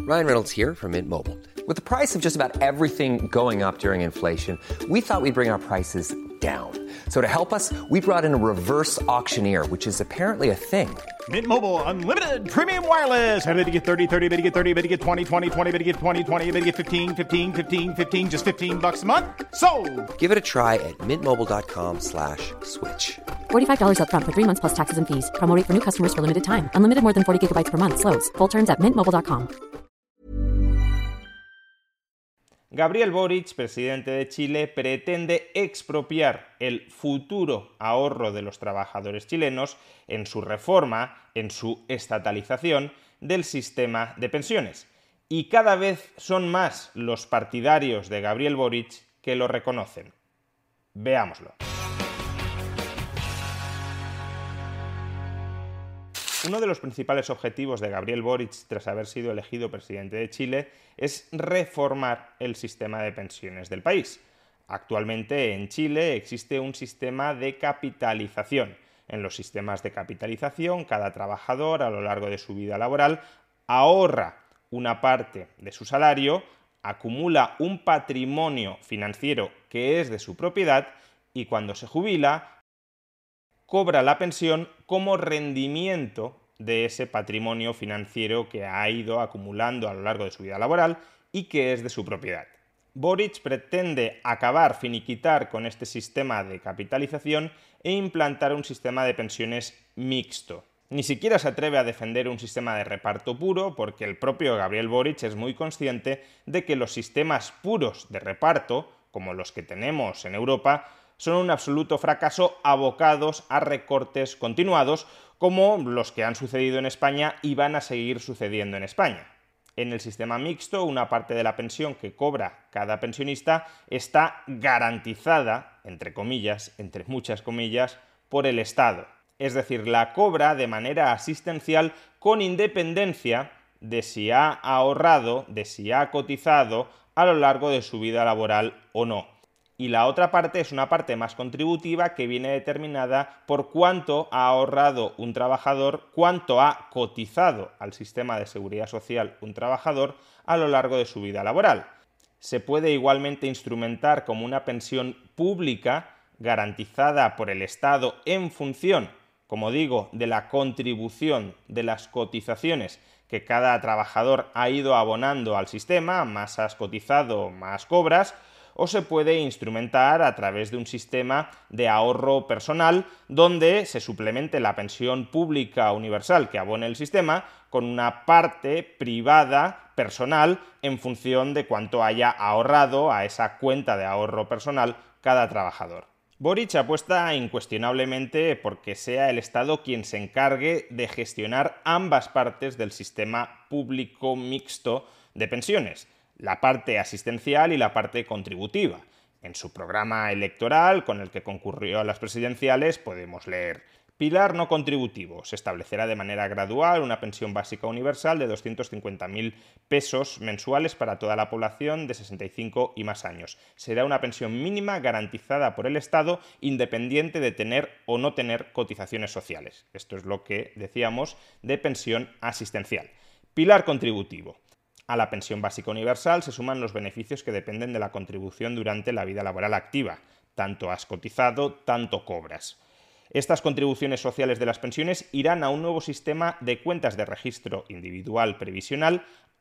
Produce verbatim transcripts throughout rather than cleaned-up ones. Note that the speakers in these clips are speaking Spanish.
Ryan Reynolds here from Mint Mobile. With the price of just about everything going up during inflation, we thought we'd bring our prices down. So to help us, we brought in a reverse auctioneer, which is apparently a thing. Mint Mobile Unlimited Premium Wireless. How to get thirty, thirty, how to get thirty, how to get twenty, twenty, twenty, how to get twenty, twenty, how to get fifteen, fifteen, fifteen, fifteen, just fifteen bucks a month? Sold! Give it a try at mintmobile.com slash switch. forty-five dollars up front for three months plus taxes and fees. Promo rate for new customers for limited time. Unlimited more than forty gigabytes per month. Slows full terms at mint mobile dot com. Gabriel Boric, presidente de Chile, pretende expropiar el futuro ahorro de los trabajadores chilenos en su reforma, en su estatalización del sistema de pensiones. Y cada vez son más los partidarios de Gabriel Boric que lo reconocen. Veámoslo. Uno de los principales objetivos de Gabriel Boric tras haber sido elegido presidente de Chile es reformar el sistema de pensiones del país. Actualmente en Chile existe un sistema de capitalización. En los sistemas de capitalización, cada trabajador a lo largo de su vida laboral ahorra una parte de su salario, acumula un patrimonio financiero que es de su propiedad y cuando se jubila cobra la pensión como rendimiento de ese patrimonio financiero que ha ido acumulando a lo largo de su vida laboral y que es de su propiedad. Boric pretende acabar, finiquitar con este sistema de capitalización e implantar un sistema de pensiones mixto. Ni siquiera se atreve a defender un sistema de reparto puro porque el propio Gabriel Boric es muy consciente de que los sistemas puros de reparto, como los que tenemos en Europa, son un absoluto fracaso, abocados a recortes continuados como los que han sucedido en España y van a seguir sucediendo en España. En el sistema mixto, una parte de la pensión que cobra cada pensionista está garantizada, entre comillas, entre muchas comillas, por el Estado. Es decir, la cobra de manera asistencial con independencia de si ha ahorrado, de si ha cotizado a lo largo de su vida laboral o no. Y la otra parte es una parte más contributiva que viene determinada por cuánto ha ahorrado un trabajador, cuánto ha cotizado al sistema de seguridad social un trabajador a lo largo de su vida laboral. Se puede igualmente instrumentar como una pensión pública garantizada por el Estado en función, como digo, de la contribución de las cotizaciones que cada trabajador ha ido abonando al sistema, más has cotizado, más cobras, o se puede instrumentar a través de un sistema de ahorro personal donde se suplemente la pensión pública universal que abone el sistema con una parte privada personal en función de cuánto haya ahorrado a esa cuenta de ahorro personal cada trabajador. Boric apuesta incuestionablemente porque sea el Estado quien se encargue de gestionar ambas partes del sistema público mixto de pensiones, la parte asistencial y la parte contributiva. En su programa electoral, con el que concurrió a las presidenciales, podemos leer: pilar no contributivo. Se establecerá de manera gradual una pensión básica universal de doscientos cincuenta mil pesos mensuales para toda la población de sesenta y cinco y más años. Será una pensión mínima garantizada por el Estado, independiente de tener o no tener cotizaciones sociales. Esto es lo que decíamos de pensión asistencial. Pilar contributivo. A la pensión básica universal se suman los beneficios que dependen de la contribución durante la vida laboral activa. Tanto has cotizado, tanto cobras. Estas contribuciones sociales de las pensiones irán a un nuevo sistema de cuentas de registro individual previsional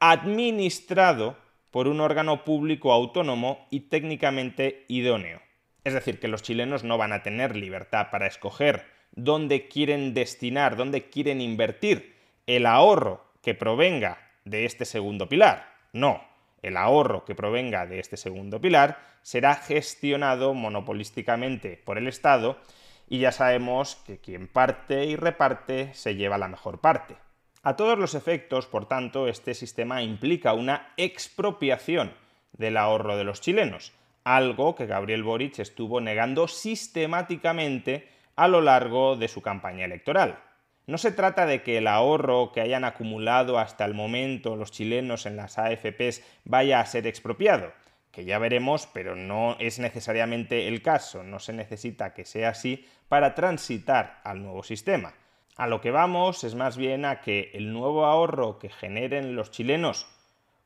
administrado por un órgano público autónomo y técnicamente idóneo. Es decir, que los chilenos no van a tener libertad para escoger dónde quieren destinar, dónde quieren invertir el ahorro que provenga de este segundo pilar. No, el ahorro que provenga de este segundo pilar será gestionado monopolísticamente por el Estado y ya sabemos que quien parte y reparte se lleva la mejor parte. A todos los efectos, por tanto, este sistema implica una expropiación del ahorro de los chilenos, algo que Gabriel Boric estuvo negando sistemáticamente a lo largo de su campaña electoral. No se trata de que el ahorro que hayan acumulado hasta el momento los chilenos en las A F Pes vaya a ser expropiado, que ya veremos, pero no es necesariamente el caso, no se necesita que sea así para transitar al nuevo sistema. A lo que vamos es más bien a que el nuevo ahorro que generen los chilenos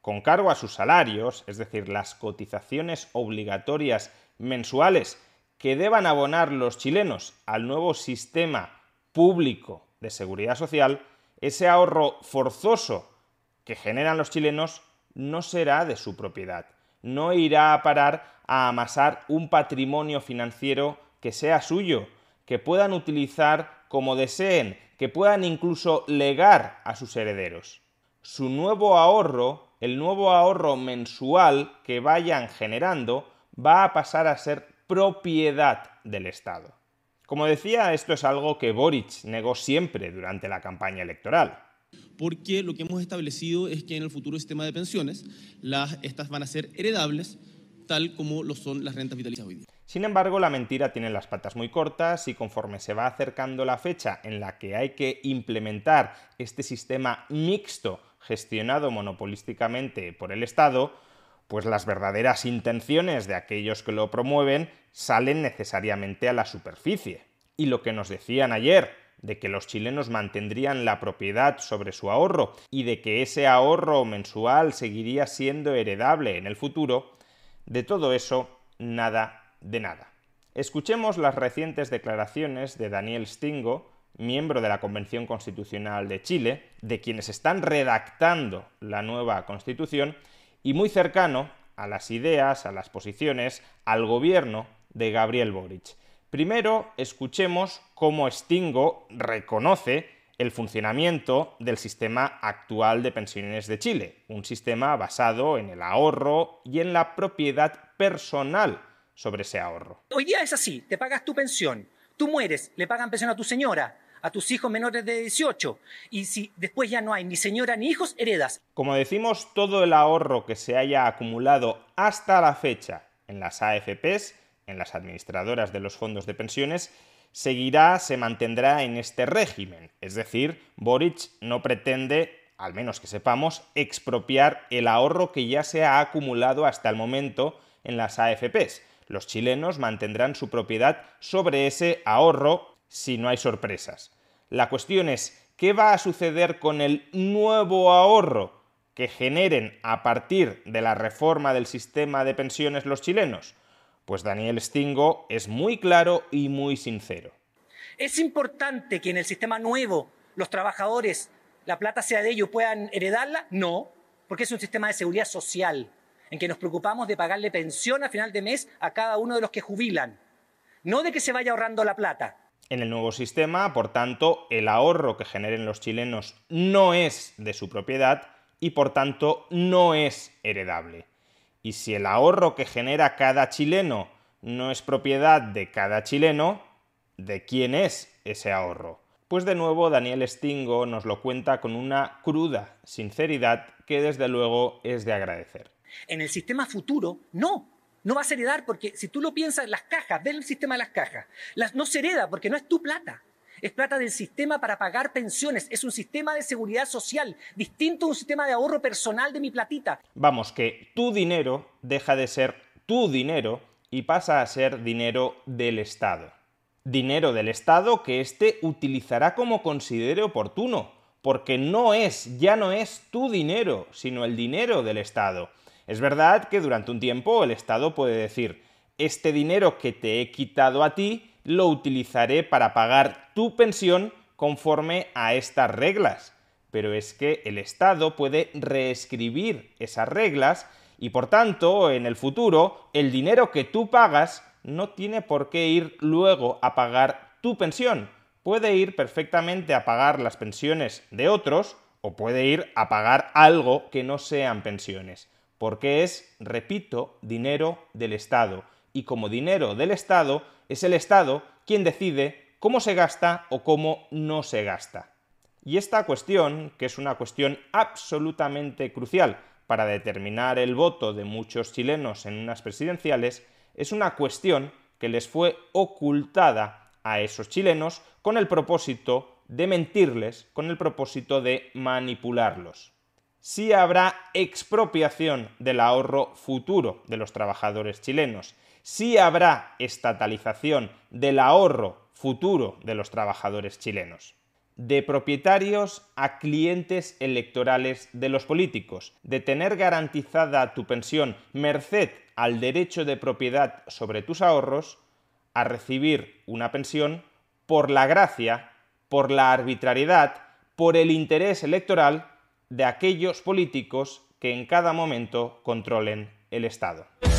con cargo a sus salarios, es decir, las cotizaciones obligatorias mensuales que deban abonar los chilenos al nuevo sistema público de seguridad social, ese ahorro forzoso que generan los chilenos no será de su propiedad, no irá a parar a amasar un patrimonio financiero que sea suyo, que puedan utilizar como deseen, que puedan incluso legar a sus herederos. Su nuevo ahorro, el nuevo ahorro mensual que vayan generando, va a pasar a ser propiedad del Estado. Como decía, esto es algo que Boric negó siempre durante la campaña electoral. Porque lo que hemos establecido es que en el futuro sistema de pensiones, las, estas van a ser heredables, tal como lo son las rentas vitalicias hoy día. Sin embargo, la mentira tiene las patas muy cortas y conforme se va acercando la fecha en la que hay que implementar este sistema mixto gestionado monopolísticamente por el Estado, pues las verdaderas intenciones de aquellos que lo promueven salen necesariamente a la superficie. Y lo que nos decían ayer, de que los chilenos mantendrían la propiedad sobre su ahorro y de que ese ahorro mensual seguiría siendo heredable en el futuro, de todo eso, nada de nada. Escuchemos las recientes declaraciones de Daniel Stingo, miembro de la Convención Constitucional de Chile, de quienes están redactando la nueva Constitución y muy cercano a las ideas, a las posiciones, al gobierno de Gabriel Boric. Primero, escuchemos cómo Stingo reconoce el funcionamiento del sistema actual de pensiones de Chile, un sistema basado en el ahorro y en la propiedad personal sobre ese ahorro. Hoy día es así, te pagas tu pensión, tú mueres, le pagan pensión a tu señora, a tus hijos menores de dieciocho, y si después ya no hay ni señora ni hijos, heredas. Como decimos, todo el ahorro que se haya acumulado hasta la fecha en las A F Pes, en las administradoras de los fondos de pensiones, seguirá, se mantendrá en este régimen. Es decir, Boric no pretende, al menos que sepamos, expropiar el ahorro que ya se ha acumulado hasta el momento en las A F Pes. Los chilenos mantendrán su propiedad sobre ese ahorro si no hay sorpresas. La cuestión es, ¿qué va a suceder con el nuevo ahorro que generen a partir de la reforma del sistema de pensiones los chilenos? Pues Daniel Stingo es muy claro y muy sincero. ¿Es importante que en el sistema nuevo los trabajadores, la plata sea de ellos, puedan heredarla? No, porque es un sistema de seguridad social en que nos preocupamos de pagarle pensión a final de mes a cada uno de los que jubilan, no de que se vaya ahorrando la plata. En el nuevo sistema, por tanto, el ahorro que generen los chilenos no es de su propiedad y, por tanto, no es heredable. Y si el ahorro que genera cada chileno no es propiedad de cada chileno, ¿de quién es ese ahorro? Pues de nuevo Daniel Stingo nos lo cuenta con una cruda sinceridad que desde luego es de agradecer. En el sistema futuro, no. No vas a heredar porque si tú lo piensas, las cajas, ves el sistema de las cajas, las, no se hereda porque no es tu plata. Es plata del sistema para pagar pensiones. Es un sistema de seguridad social, distinto a un sistema de ahorro personal de mi platita. Vamos, que tu dinero deja de ser tu dinero y pasa a ser dinero del Estado. Dinero del Estado que éste utilizará como considere oportuno, porque no es, ya no es tu dinero, sino el dinero del Estado. Es verdad que durante un tiempo el Estado puede decir, este dinero que te he quitado a ti lo utilizaré para pagar tu pensión conforme a estas reglas. Pero es que el Estado puede reescribir esas reglas y, por tanto, en el futuro, el dinero que tú pagas no tiene por qué ir luego a pagar tu pensión. Puede ir perfectamente a pagar las pensiones de otros o puede ir a pagar algo que no sean pensiones. Porque es, repito, dinero del Estado. Y como dinero del Estado, es el Estado quien decide cómo se gasta o cómo no se gasta. Y esta cuestión, que es una cuestión absolutamente crucial para determinar el voto de muchos chilenos en unas presidenciales, es una cuestión que les fue ocultada a esos chilenos con el propósito de mentirles, con el propósito de manipularlos. Sí habrá expropiación del ahorro futuro de los trabajadores chilenos. Sí habrá estatalización del ahorro futuro de los trabajadores chilenos. de propietarios a clientes electorales de los políticos, de tener garantizada tu pensión merced al derecho de propiedad sobre tus ahorros, a recibir una pensión por la gracia, por la arbitrariedad, por el interés electoral de aquellos políticos que en cada momento controlen el Estado.